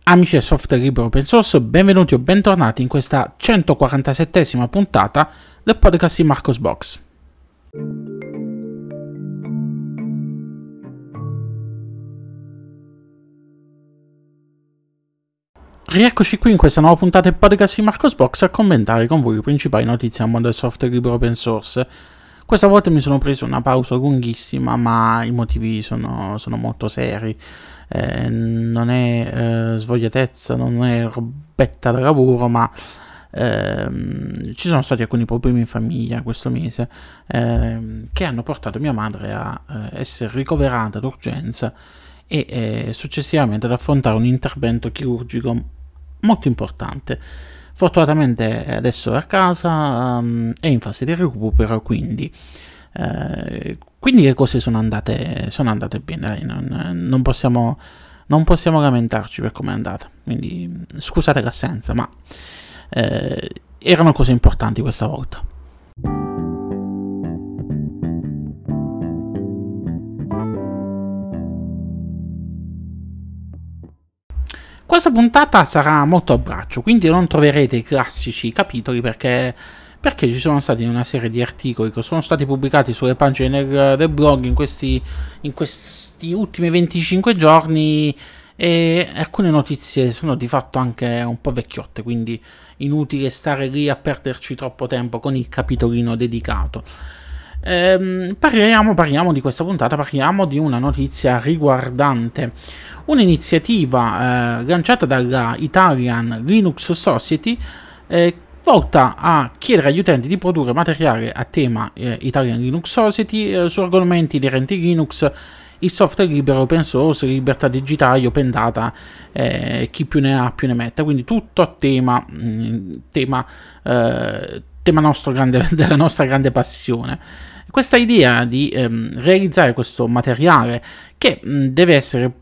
Amici del software libero open source, benvenuti o bentornati in questa 147esima puntata del podcast di Marcosbox. Rieccoci qui in questa nuova puntata del podcast di Marcosbox a commentare con voi le principali notizie al mondo del software libero open source. Questa volta mi sono preso una pausa lunghissima, ma i motivi sono molto seri. Non è svogliatezza, non è robetta da lavoro, ma ci sono stati alcuni problemi in famiglia questo mese che hanno portato mia madre a essere ricoverata d'urgenza e successivamente ad affrontare un intervento chirurgico molto importante. Fortunatamente adesso è a casa, è in fase di recupero, quindi le cose sono andate bene, non possiamo lamentarci per come è andata, quindi scusate l'assenza, ma erano cose importanti questa volta. Questa puntata sarà molto a braccio, quindi non troverete i classici capitoli perché ci sono stati una serie di articoli che sono stati pubblicati sulle pagine del blog in questi ultimi 25 giorni e alcune notizie sono di fatto anche un po' vecchiotte, quindi inutile stare lì a perderci troppo tempo con il capitolino dedicato. Parliamo di questa puntata, parliamo di una notizia riguardante un'iniziativa lanciata dalla Italian Linux Society volta a chiedere agli utenti di produrre materiale a tema Italian Linux Society su argomenti inerenti Linux, il software libero, open source, libertà digitale, open data, chi più ne ha più ne metta, quindi tutto a tema nostro della nostra grande passione. Questa idea di realizzare questo materiale che deve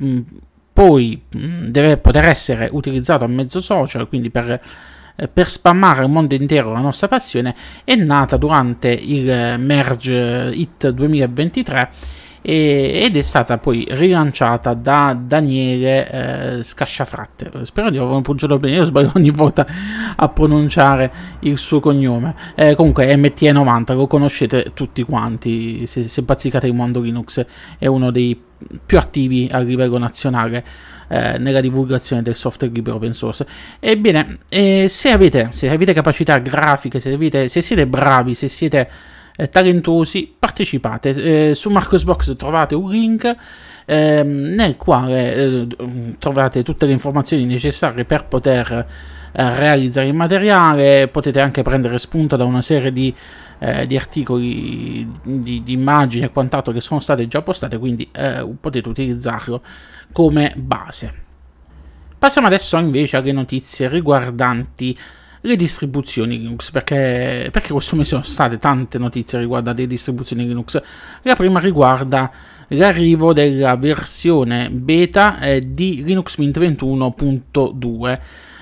poter essere utilizzato a mezzo social, quindi per spammare al mondo intero la nostra passione, è nata durante il Merge It 2023 ed è stata poi rilanciata da Daniele Scasciafratte. Spero di aver pronunciato bene, io sbaglio ogni volta a pronunciare il suo cognome. Comunque MTE90 lo conoscete tutti quanti, se bazzicate il mondo Linux, è uno dei più attivi a livello nazionale nella divulgazione del software libero open source. Ebbene, se avete capacità grafiche, se siete bravi, se siete talentuosi, partecipate. Su Marcosbox trovate un link nel quale trovate tutte le informazioni necessarie per poter realizzare il materiale. Potete anche prendere spunto da una serie di articoli, di immagini e quant'altro che sono state già postate, quindi potete utilizzarlo come base. Passiamo adesso invece alle notizie riguardanti le distribuzioni Linux, perché questo mese sono state tante notizie riguardanti le distribuzioni Linux. La prima riguarda l'arrivo della versione beta di Linux Mint 21.2.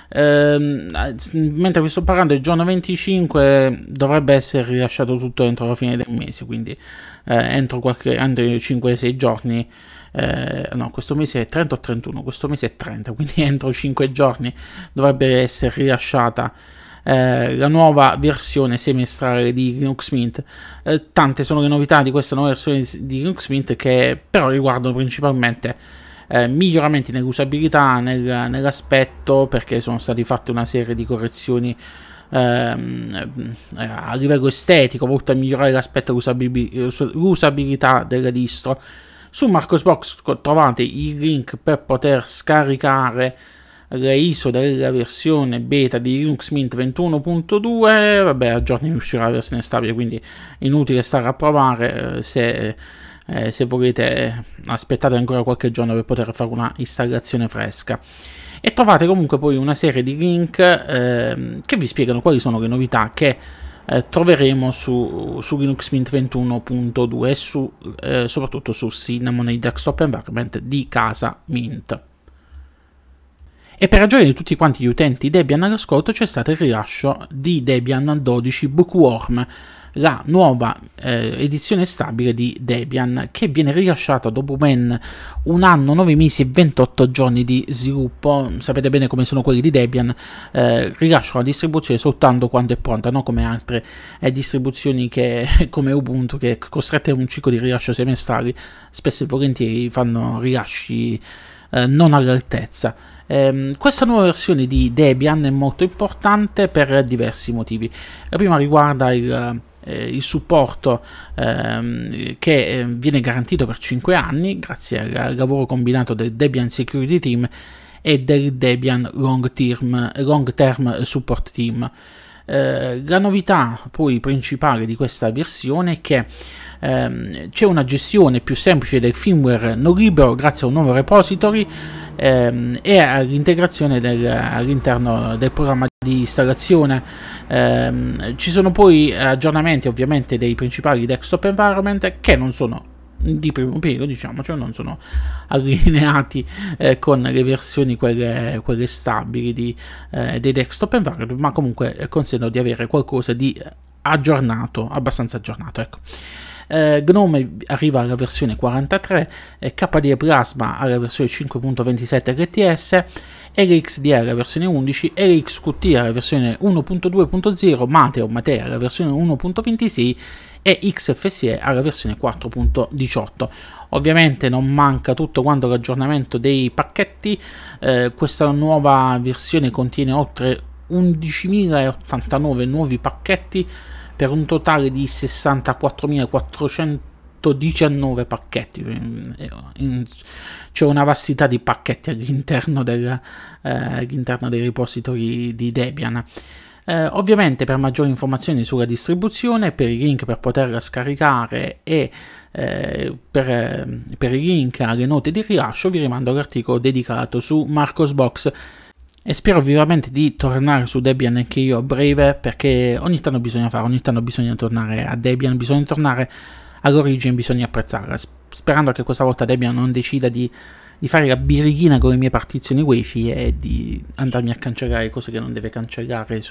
Mentre vi sto parlando, il giorno 25 dovrebbe essere rilasciato tutto entro la fine del mese, quindi entro 5-6 giorni. No, questo mese è 30 o 31, questo mese è 30, quindi entro 5 giorni dovrebbe essere rilasciata la nuova versione semestrale di Linux Mint. Tante sono le novità di questa nuova versione di Linux Mint, che però riguardano principalmente miglioramenti nell'usabilità, nell'aspetto, perché sono stati fatte una serie di correzioni a livello estetico volte a migliorare l'aspetto e l'usabilità della distro. Su Marcosbox trovate il link per poter scaricare le ISO della versione beta di Linux Mint 21.2. Vabbè, a giorni uscirà la versione stabile, quindi inutile stare a provare. Se volete, aspettate ancora qualche giorno per poter fare una installazione fresca. E trovate comunque poi una serie di link che vi spiegano quali sono le novità che troveremo su Linux Mint 21.2 e soprattutto su Cinnamon e Desktop Environment di casa Mint. E per ragione di tutti quanti gli utenti Debian all'ascolto c'è stato il rilascio di Debian 12 Bookworm, la nuova edizione stabile di Debian, che viene rilasciata dopo ben 1 anno, 9 mesi e 28 giorni di sviluppo. Sapete bene come sono quelli di Debian, rilasciano la distribuzione soltanto quando è pronta, non come altre distribuzioni che, come Ubuntu, che costrette a un ciclo di rilascio semestrali, spesso e volentieri fanno rilasci non all'altezza. Questa nuova versione di Debian è molto importante per diversi motivi. La prima riguarda il supporto che viene garantito per 5 anni grazie al lavoro combinato del Debian Security Team e del Debian Long Term Support Team. La novità poi principale di questa versione è che c'è una gestione più semplice del firmware non libero grazie a un nuovo repository e all'integrazione all'interno del programma di installazione. Ci sono poi aggiornamenti ovviamente dei principali desktop environment che non sono di primo piego, diciamo, cioè non sono allineati con le versioni quelle stabili dei desktop environment, ma comunque consentono di avere qualcosa di aggiornato, abbastanza aggiornato, ecco. GNOME arriva alla versione 43, KDE Plasma alla versione 5.27 LTS, LXDE alla versione 11, LXQT alla versione 1.2.0, Mate o Matea alla versione 1.26 e XFCE alla versione 4.18. Ovviamente non manca tutto quanto l'aggiornamento dei pacchetti. Questa nuova versione contiene oltre 11.089 nuovi pacchetti per un totale di 64.419 pacchetti. C'è una vastità di pacchetti all'interno dei repository di Debian. Ovviamente per maggiori informazioni sulla distribuzione, per i link per poterla scaricare e per i link alle note di rilascio vi rimando all'articolo dedicato su Marcosbox. E spero vivamente di tornare su Debian anche io a breve, perché ogni tanto bisogna tornare a Debian, bisogna tornare all'origine, bisogna apprezzarla, sperando che questa volta Debian non decida di fare la birichina con le mie partizioni wifi e di andarmi a cancellare cose che non deve cancellare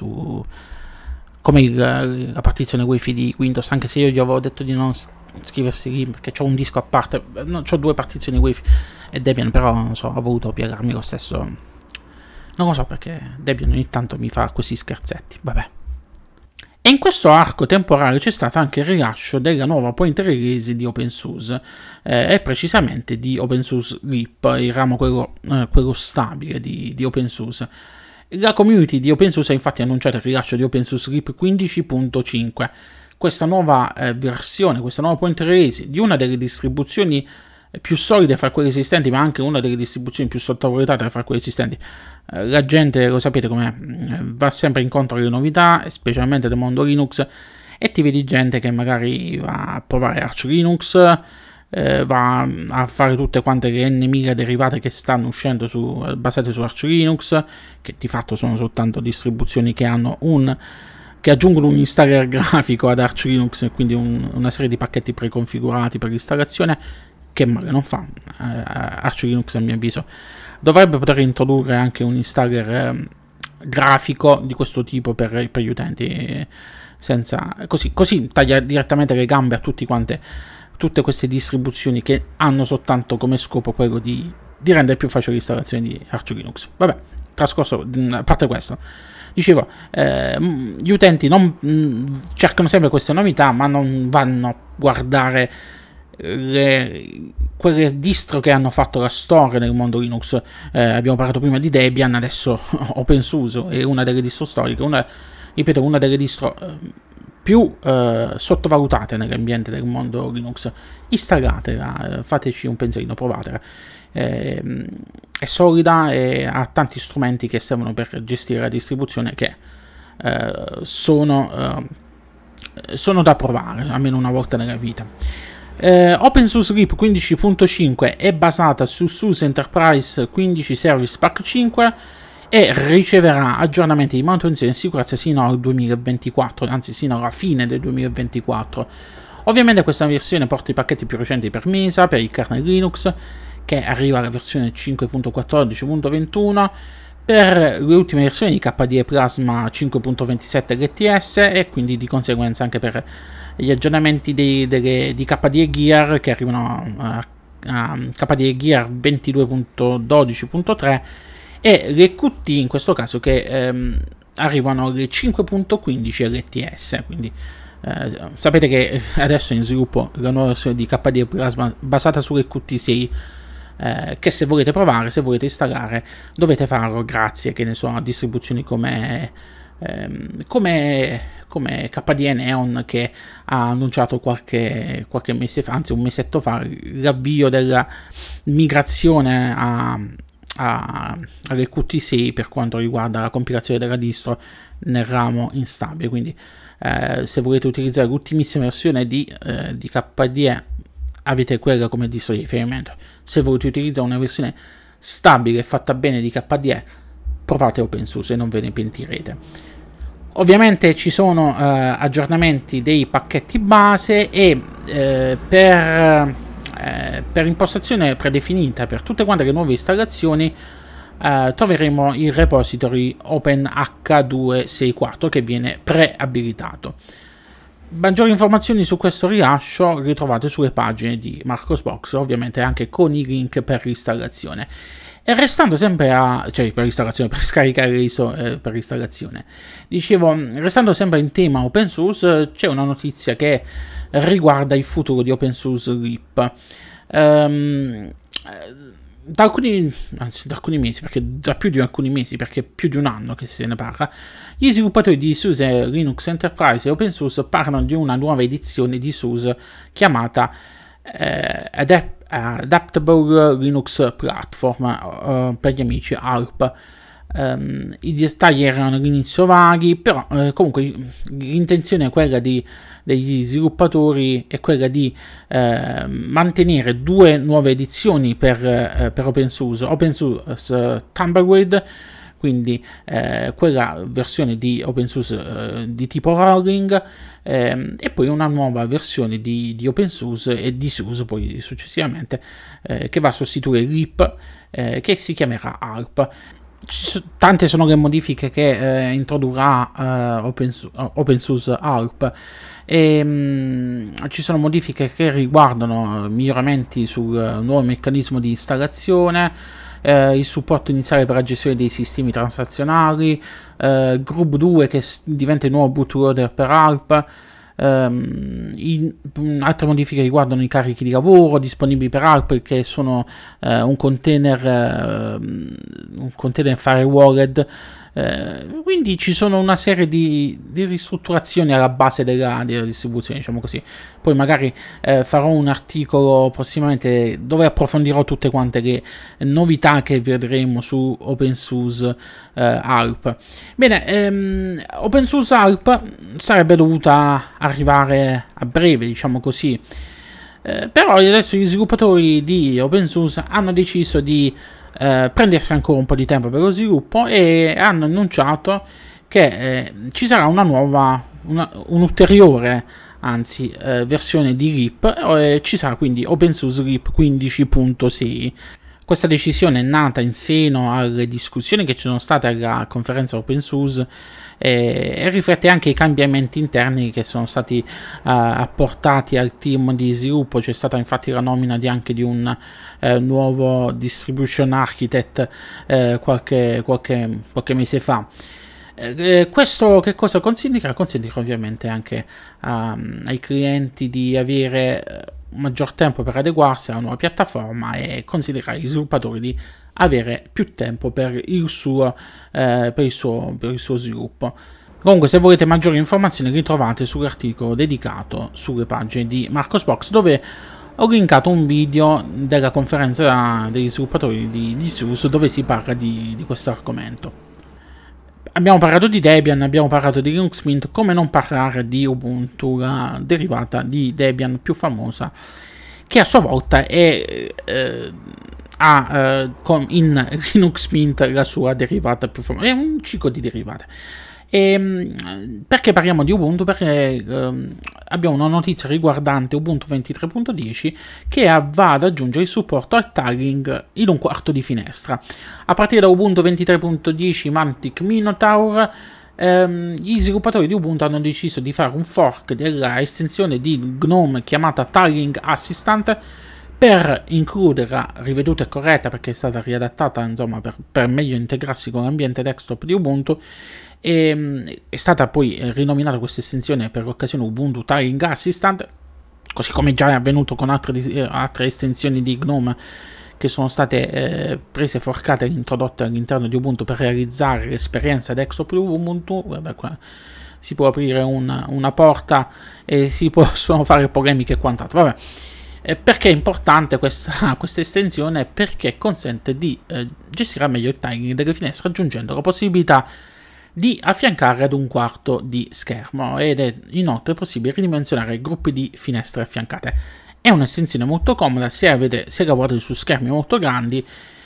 come la partizione wifi di Windows, anche se io gli avevo detto di non scriversi lì perché ho un disco a parte, ho 2 partizioni wifi e Debian, però non so, ho voluto piegarmi lo stesso. Non lo so perché Debian ogni tanto mi fa questi scherzetti, vabbè. E in questo arco temporale c'è stato anche il rilascio della nuova pointer release di OpenSUSE, e precisamente di OpenSUSE Leap, il ramo quello stabile di OpenSUSE. La community di OpenSUSE ha infatti annunciato il rilascio di OpenSUSE Leap 15.5, questa nuova versione, questa nuova pointer release di una delle distribuzioni più solide fra quelle esistenti, ma anche una delle distribuzioni più sottovalutate fra quelle esistenti. La gente, lo sapete com'è, va sempre incontro alle novità, specialmente del mondo Linux, e ti vedi gente che magari va a provare Arch Linux, va a fare tutte quante le n.000 derivate che stanno uscendo basate su Arch Linux, che di fatto sono soltanto distribuzioni che aggiungono un installer grafico ad Arch Linux, quindi una serie di pacchetti preconfigurati per l'installazione, che male non fa. Arch Linux, a mio avviso, dovrebbe poter introdurre anche un installer grafico di questo tipo per gli utenti, così taglia direttamente le gambe a tutte queste distribuzioni che hanno soltanto come scopo quello di rendere più facile l'installazione di Arch Linux. Vabbè, trascorso, a parte questo, dicevo, gli utenti cercano sempre queste novità, ma non vanno a guardare quelle distro che hanno fatto la storia nel mondo Linux. Abbiamo parlato prima di Debian, adesso OpenSUSE è una delle distro storiche, una delle distro più sottovalutate nell'ambiente del mondo Linux. Installatela, fateci un pensierino, provatela. È solida e ha tanti strumenti che servono per gestire la distribuzione, che sono da provare almeno una volta nella vita. OpenSUSE Leap 15.5 è basata su SUSE Enterprise 15 Service Pack 5 e riceverà aggiornamenti di manutenzione e sicurezza sino al 2024, anzi sino alla fine del 2024. Ovviamente questa versione porta i pacchetti più recenti per Mesa, per il kernel Linux, che arriva alla versione 5.14.21, per le ultime versioni di KDE Plasma 5.27 LTS e quindi di conseguenza anche per gli aggiornamenti di KDE Gear che arrivano a KDE Gear 22.12.3 e le QT in questo caso che arrivano alle 5.15 LTS, quindi sapete che adesso è in sviluppo la nuova versione di KDE Plasma basata sulle QT6 che se volete provare, se volete installare, dovete farlo grazie, che ne so, a distribuzioni come KDE Neon, che ha annunciato qualche mese fa, anzi un mesetto fa, l'avvio della migrazione alle Qt6 per quanto riguarda la compilazione della distro nel ramo instabile. Quindi se volete utilizzare l'ultimissima versione di KDE avete quella come distro di riferimento. Se volete utilizzare una versione stabile e fatta bene di KDE, provate OpenSUSE e non ve ne pentirete. Ovviamente ci sono aggiornamenti dei pacchetti base e per impostazione predefinita per tutte quante le nuove installazioni troveremo il repository OpenH264 che viene preabilitato. Maggiori informazioni su questo rilascio ritrovate sulle pagine di Marcosbox, ovviamente anche con i link per l'installazione. E restando sempre per scaricare per l'installazione, dicevo, restando sempre in tema OpenSUSE, c'è una notizia che riguarda il futuro di OpenSUSE RIP. Da alcuni mesi, perché da più di alcuni mesi, perché più di un anno che se ne parla, gli sviluppatori di SUSE Linux Enterprise e OpenSUSE parlano di una nuova edizione di SUSE chiamata Adaptable Linux Platform, per gli amici ALP. I dettagli erano all'inizio vaghi, però comunque l'intenzione è quella degli sviluppatori è quella di mantenere due nuove edizioni per OpenSUSE Tumbleweed, quindi quella versione di OpenSUSE di tipo rolling, e poi una nuova versione di OpenSUSE e di SUSE poi successivamente che va a sostituire RIP, che si chiamerà ALP. Tante sono le modifiche che introdurrà OpenSUSE ALP e ci sono modifiche che riguardano miglioramenti sul nuovo meccanismo di installazione, il supporto iniziale per la gestione dei sistemi transazionali, Group 2 che diventa il nuovo bootloader per ALP. Altre modifiche riguardano i carichi di lavoro disponibili per ALP, che sono un container firewalled. Quindi ci sono una serie di ristrutturazioni alla base della distribuzione, diciamo così. Poi magari farò un articolo prossimamente dove approfondirò tutte quante le novità che vedremo su OpenSUSE ALP. Bene, OpenSUSE ALP sarebbe dovuta arrivare a breve, diciamo così. Però adesso gli sviluppatori di OpenSUSE hanno deciso di prendersi ancora un po' di tempo per lo sviluppo e hanno annunciato che ci sarà un'ulteriore versione di RIP, ci sarà quindi OpenSUSE RIP 15.6. Questa decisione è nata in seno alle discussioni che ci sono state alla conferenza OpenSUSE e riflette anche i cambiamenti interni che sono stati apportati al team di sviluppo. C'è stata infatti la nomina anche di un nuovo distribution architect qualche mese fa. Questo che cosa considera? Considera ovviamente anche ai clienti di avere maggior tempo per adeguarsi alla nuova piattaforma e considera gli sviluppatori di avere più tempo per il suo sviluppo. Comunque, se volete maggiori informazioni, ritrovate sull'articolo dedicato sulle pagine di Marcosbox, dove ho linkato un video della conferenza degli sviluppatori di SUSE dove si parla di questo argomento. Abbiamo parlato di Debian, abbiamo parlato di Linux Mint, come non parlare di Ubuntu, la derivata di Debian più famosa, che a sua volta ha in Linux Mint la sua derivata più famosa. È un ciclo di derivate. Perché parliamo di Ubuntu? Perché abbiamo una notizia riguardante Ubuntu 23.10 che va ad aggiungere il supporto al tagging in un quarto di finestra. A partire da Ubuntu 23.10 Mantic Minotaur, gli sviluppatori di Ubuntu hanno deciso di fare un fork della estensione di GNOME chiamata Tagging Assistant per includerla riveduta e corretta, perché è stata riadattata, insomma, per meglio integrarsi con l'ambiente desktop di Ubuntu. E è stata poi rinominata questa estensione per l'occasione Ubuntu Tagging Assistant, così come già è avvenuto con altre estensioni di GNOME che sono state prese, forcate e introdotte all'interno di Ubuntu per realizzare l'esperienza desktop di Ubuntu. Vabbè, qua si può aprire una porta e si possono fare polemiche e quant'altro. Vabbè. Perché è importante questa estensione? Perché consente di gestire meglio il tagging delle finestre, aggiungendo la possibilità di affiancare ad un quarto di schermo, ed è inoltre possibile ridimensionare gruppi di finestre affiancate. È un'estensione molto comoda se lavorate su schermi molto grandi,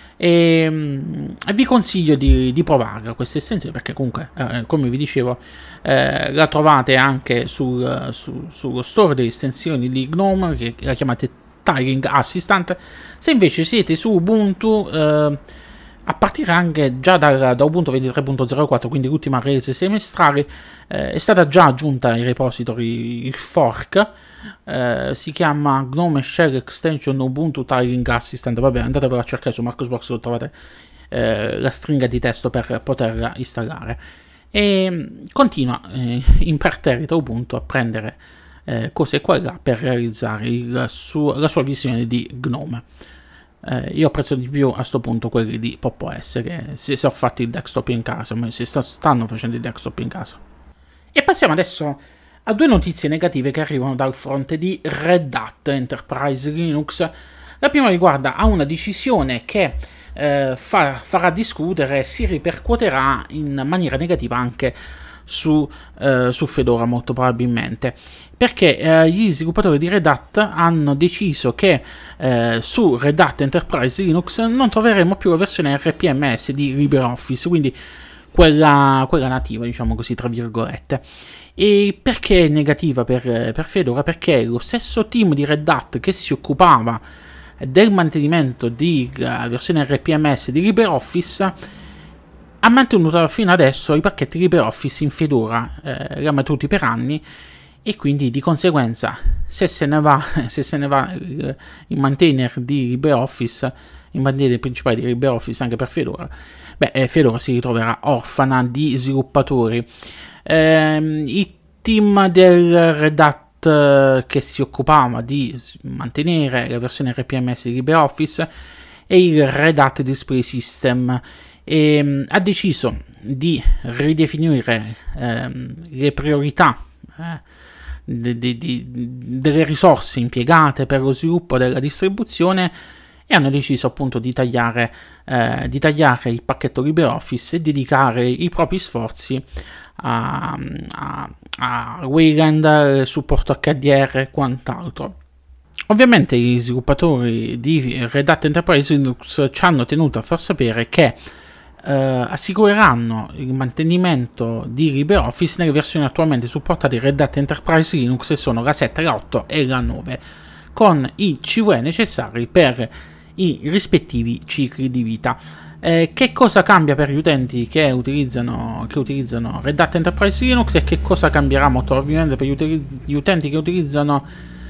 e vi consiglio di provarla questa estensione, perché comunque come vi dicevo la trovate anche sullo store delle estensioni di GNOME, che la chiamate Tagging Assistant. Se invece siete su Ubuntu, a partire anche già da Ubuntu 23.04, quindi l'ultima release semestrale, è stata già aggiunta ai repository il fork. Si chiama GNOME Shell Extension Ubuntu Tagging Assistant. Vabbè, andatevelo a cercare su Marcosbox, lo trovate la stringa di testo per poterla installare. E continua imperterrito Ubuntu a prendere cose qua e là per realizzare la sua visione di GNOME. Io apprezzo di più a questo punto quelli di Pop! OS, che si sono fatti il desktop in casa, ma stanno facendo il desktop in casa. E passiamo adesso a due notizie negative che arrivano dal fronte di Red Hat Enterprise Linux. La prima riguarda a una decisione che farà discutere e si ripercuoterà in maniera negativa anche su Fedora, molto probabilmente, perché gli sviluppatori di Red Hat hanno deciso che su Red Hat Enterprise Linux non troveremo più la versione RPMS di LibreOffice, quindi quella nativa, diciamo così, tra virgolette. E perché è negativa per Fedora? Perché lo stesso team di Red Hat che si occupava del mantenimento della versione RPMS di LibreOffice ha mantenuto fino adesso i pacchetti LibreOffice in Fedora, li ha mantenuti per anni, e quindi di conseguenza se se ne va il maintainer di LibreOffice, il maintainer principale di LibreOffice anche per Fedora, Fedora si ritroverà orfana di sviluppatori. Il team del Red Hat che si occupava di mantenere la versione RPMS di LibreOffice e il Red Hat Display System, ha deciso di ridefinire le priorità delle risorse impiegate per lo sviluppo della distribuzione, e hanno deciso appunto di tagliare il pacchetto LibreOffice e dedicare i propri sforzi a Wayland, supporto HDR e quant'altro. Ovviamente gli sviluppatori di Red Hat Enterprise Linux ci hanno tenuto a far sapere che assicureranno il mantenimento di LibreOffice nelle versioni attualmente supportate di Red Hat Enterprise Linux, che sono la 7, la 8 e la 9, con i CVE necessari per i rispettivi cicli di vita. Che cosa cambia per gli utenti che utilizzano Red Hat Enterprise Linux, e che cosa cambierà molto probabilmente per gli utenti che utilizzano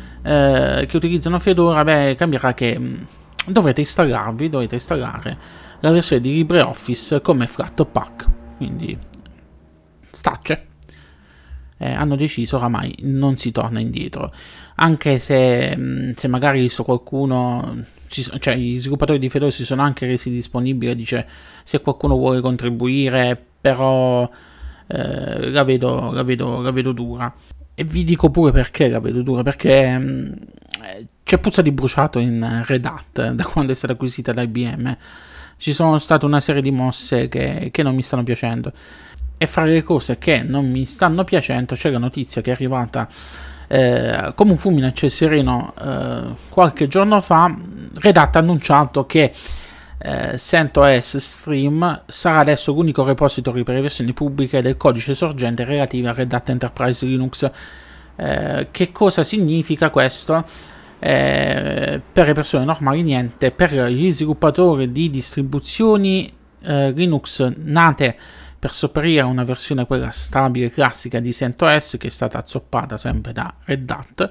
Fedora? Cambierà che dovrete installare la versione di LibreOffice come Flatpak, quindi stacce. Hanno deciso oramai non si torna indietro, anche se magari qualcuno, cioè gli sviluppatori di Fedora si sono anche resi disponibili, dice se qualcuno vuole contribuire, però la vedo dura. E vi dico pure perché la vedo dura, perché c'è puzza di bruciato in Red Hat da quando è stata acquisita da IBM. Ci sono state una serie di mosse che non mi stanno piacendo, e fra le cose che non mi stanno piacendo c'è la notizia che è arrivata come un fulmine a ciel sereno qualche giorno fa. Red Hat ha annunciato che CentOS Stream sarà adesso l'unico repository per le versioni pubbliche del codice sorgente relative a Red Hat Enterprise Linux. Che cosa significa questo? Per le persone normali niente, per gli sviluppatori di distribuzioni Linux nate per sopperire a una versione quella stabile classica di CentOS che è stata azzoppata sempre da Red Hat.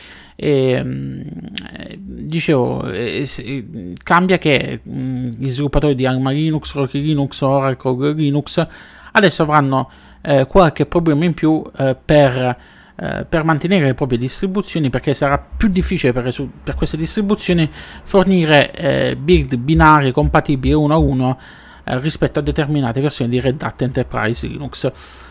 Dicevo, cambia che gli sviluppatori di Arma Linux, Rocky Linux, Oracle Linux adesso avranno qualche problema in più per mantenere le proprie distribuzioni, perché sarà più difficile per queste distribuzioni fornire build binarie compatibili uno a uno rispetto a determinate versioni di Red Hat Enterprise Linux.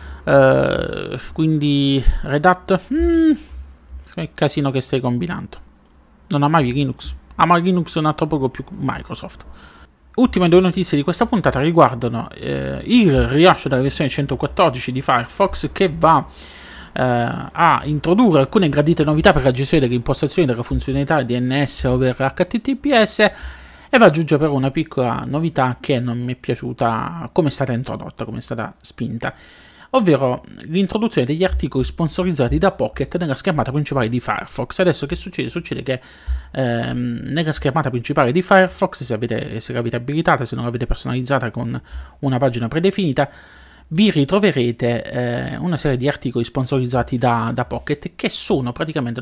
Quindi Red Hat, che casino che stai combinando. Non amavi Linux? Ama Linux non ha troppo più Microsoft. Ultime due notizie di questa puntata riguardano il rilascio della versione 114 di Firefox, che va a introdurre alcune gradite novità per la gestione delle impostazioni della funzionalità DNS over HTTPS, e va a aggiungere però una piccola novità che non mi è piaciuta come è stata introdotta, come è stata spinta, ovvero l'introduzione degli articoli sponsorizzati da Pocket nella schermata principale di Firefox. Adesso che succede? Succede che nella schermata principale di Firefox, se l'avete abilitata, se non l'avete personalizzata con una pagina predefinita, vi ritroverete una serie di articoli sponsorizzati da Pocket, che sono praticamente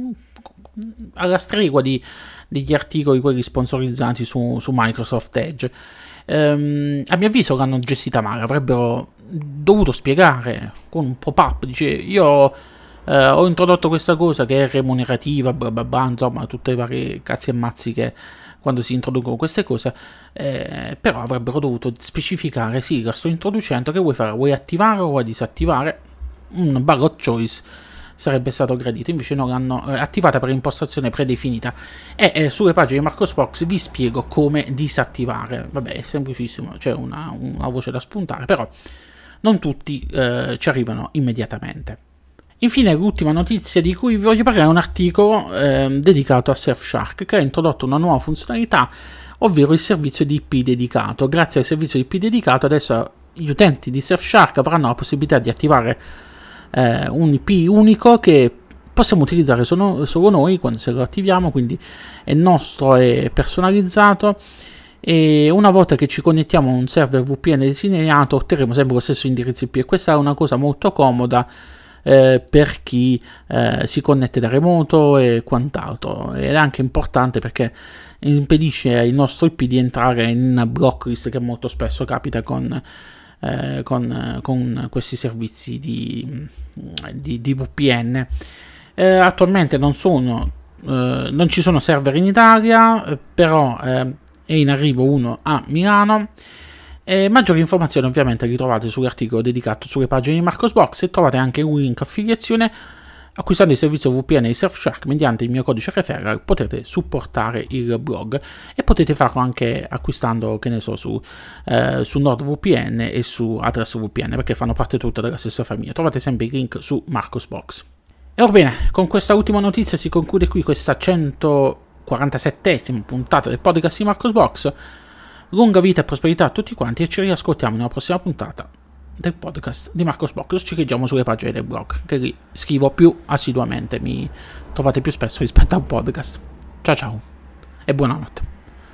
alla stregua degli articoli quelli sponsorizzati su Microsoft Edge. A mio avviso l'hanno gestita male, avrebbero dovuto spiegare con un pop-up, dice io ho introdotto questa cosa che è remunerativa, bla bla bla, insomma tutte le varie cazzi e mazzi che quando si introducono queste cose, però avrebbero dovuto specificare: sì, la sto introducendo, che vuoi fare? Vuoi attivare o vuoi disattivare? Un ballot choice sarebbe stato gradito, invece non l'hanno attivata per impostazione predefinita, e sulle pagine di Marcosbox vi spiego come disattivare. Vabbè, è semplicissimo, c'è una voce da spuntare, però non tutti ci arrivano immediatamente. Infine, l'ultima notizia di cui vi voglio parlare è un articolo dedicato a Surfshark, che ha introdotto una nuova funzionalità, ovvero il servizio di IP dedicato. Grazie al servizio di IP dedicato adesso gli utenti di Surfshark avranno la possibilità di attivare un IP unico che possiamo utilizzare solo noi quando se lo attiviamo, quindi è nostro e personalizzato, e una volta che ci connettiamo a un server VPN designato otterremo sempre lo stesso indirizzo IP, e questa è una cosa molto comoda per chi si connette da remoto e quant'altro, ed è anche importante perché impedisce al nostro IP di entrare in blocklist, che molto spesso capita con questi servizi di VPN. Attualmente non ci sono server in Italia, però è in arrivo uno a Milano. Maggiori informazioni ovviamente li trovate sull'articolo dedicato sulle pagine di Marcosbox, e trovate anche un link affiliazione. Acquistando il servizio VPN di Surfshark mediante il mio codice referral potete supportare il blog, e potete farlo anche acquistando, che ne so, su NordVPN e su AddressVPN, perché fanno parte tutta della stessa famiglia. Trovate sempre il link su Marcosbox. E orbene, con questa ultima notizia si conclude qui questa 147esima puntata del podcast di Marcosbox. Lunga vita e prosperità a tutti quanti, e ci riascoltiamo nella prossima puntata del podcast di Marcosbox. Ci leggiamo sulle pagine del blog, che lì scrivo più assiduamente, mi trovate più spesso rispetto al podcast. Ciao ciao e buonanotte.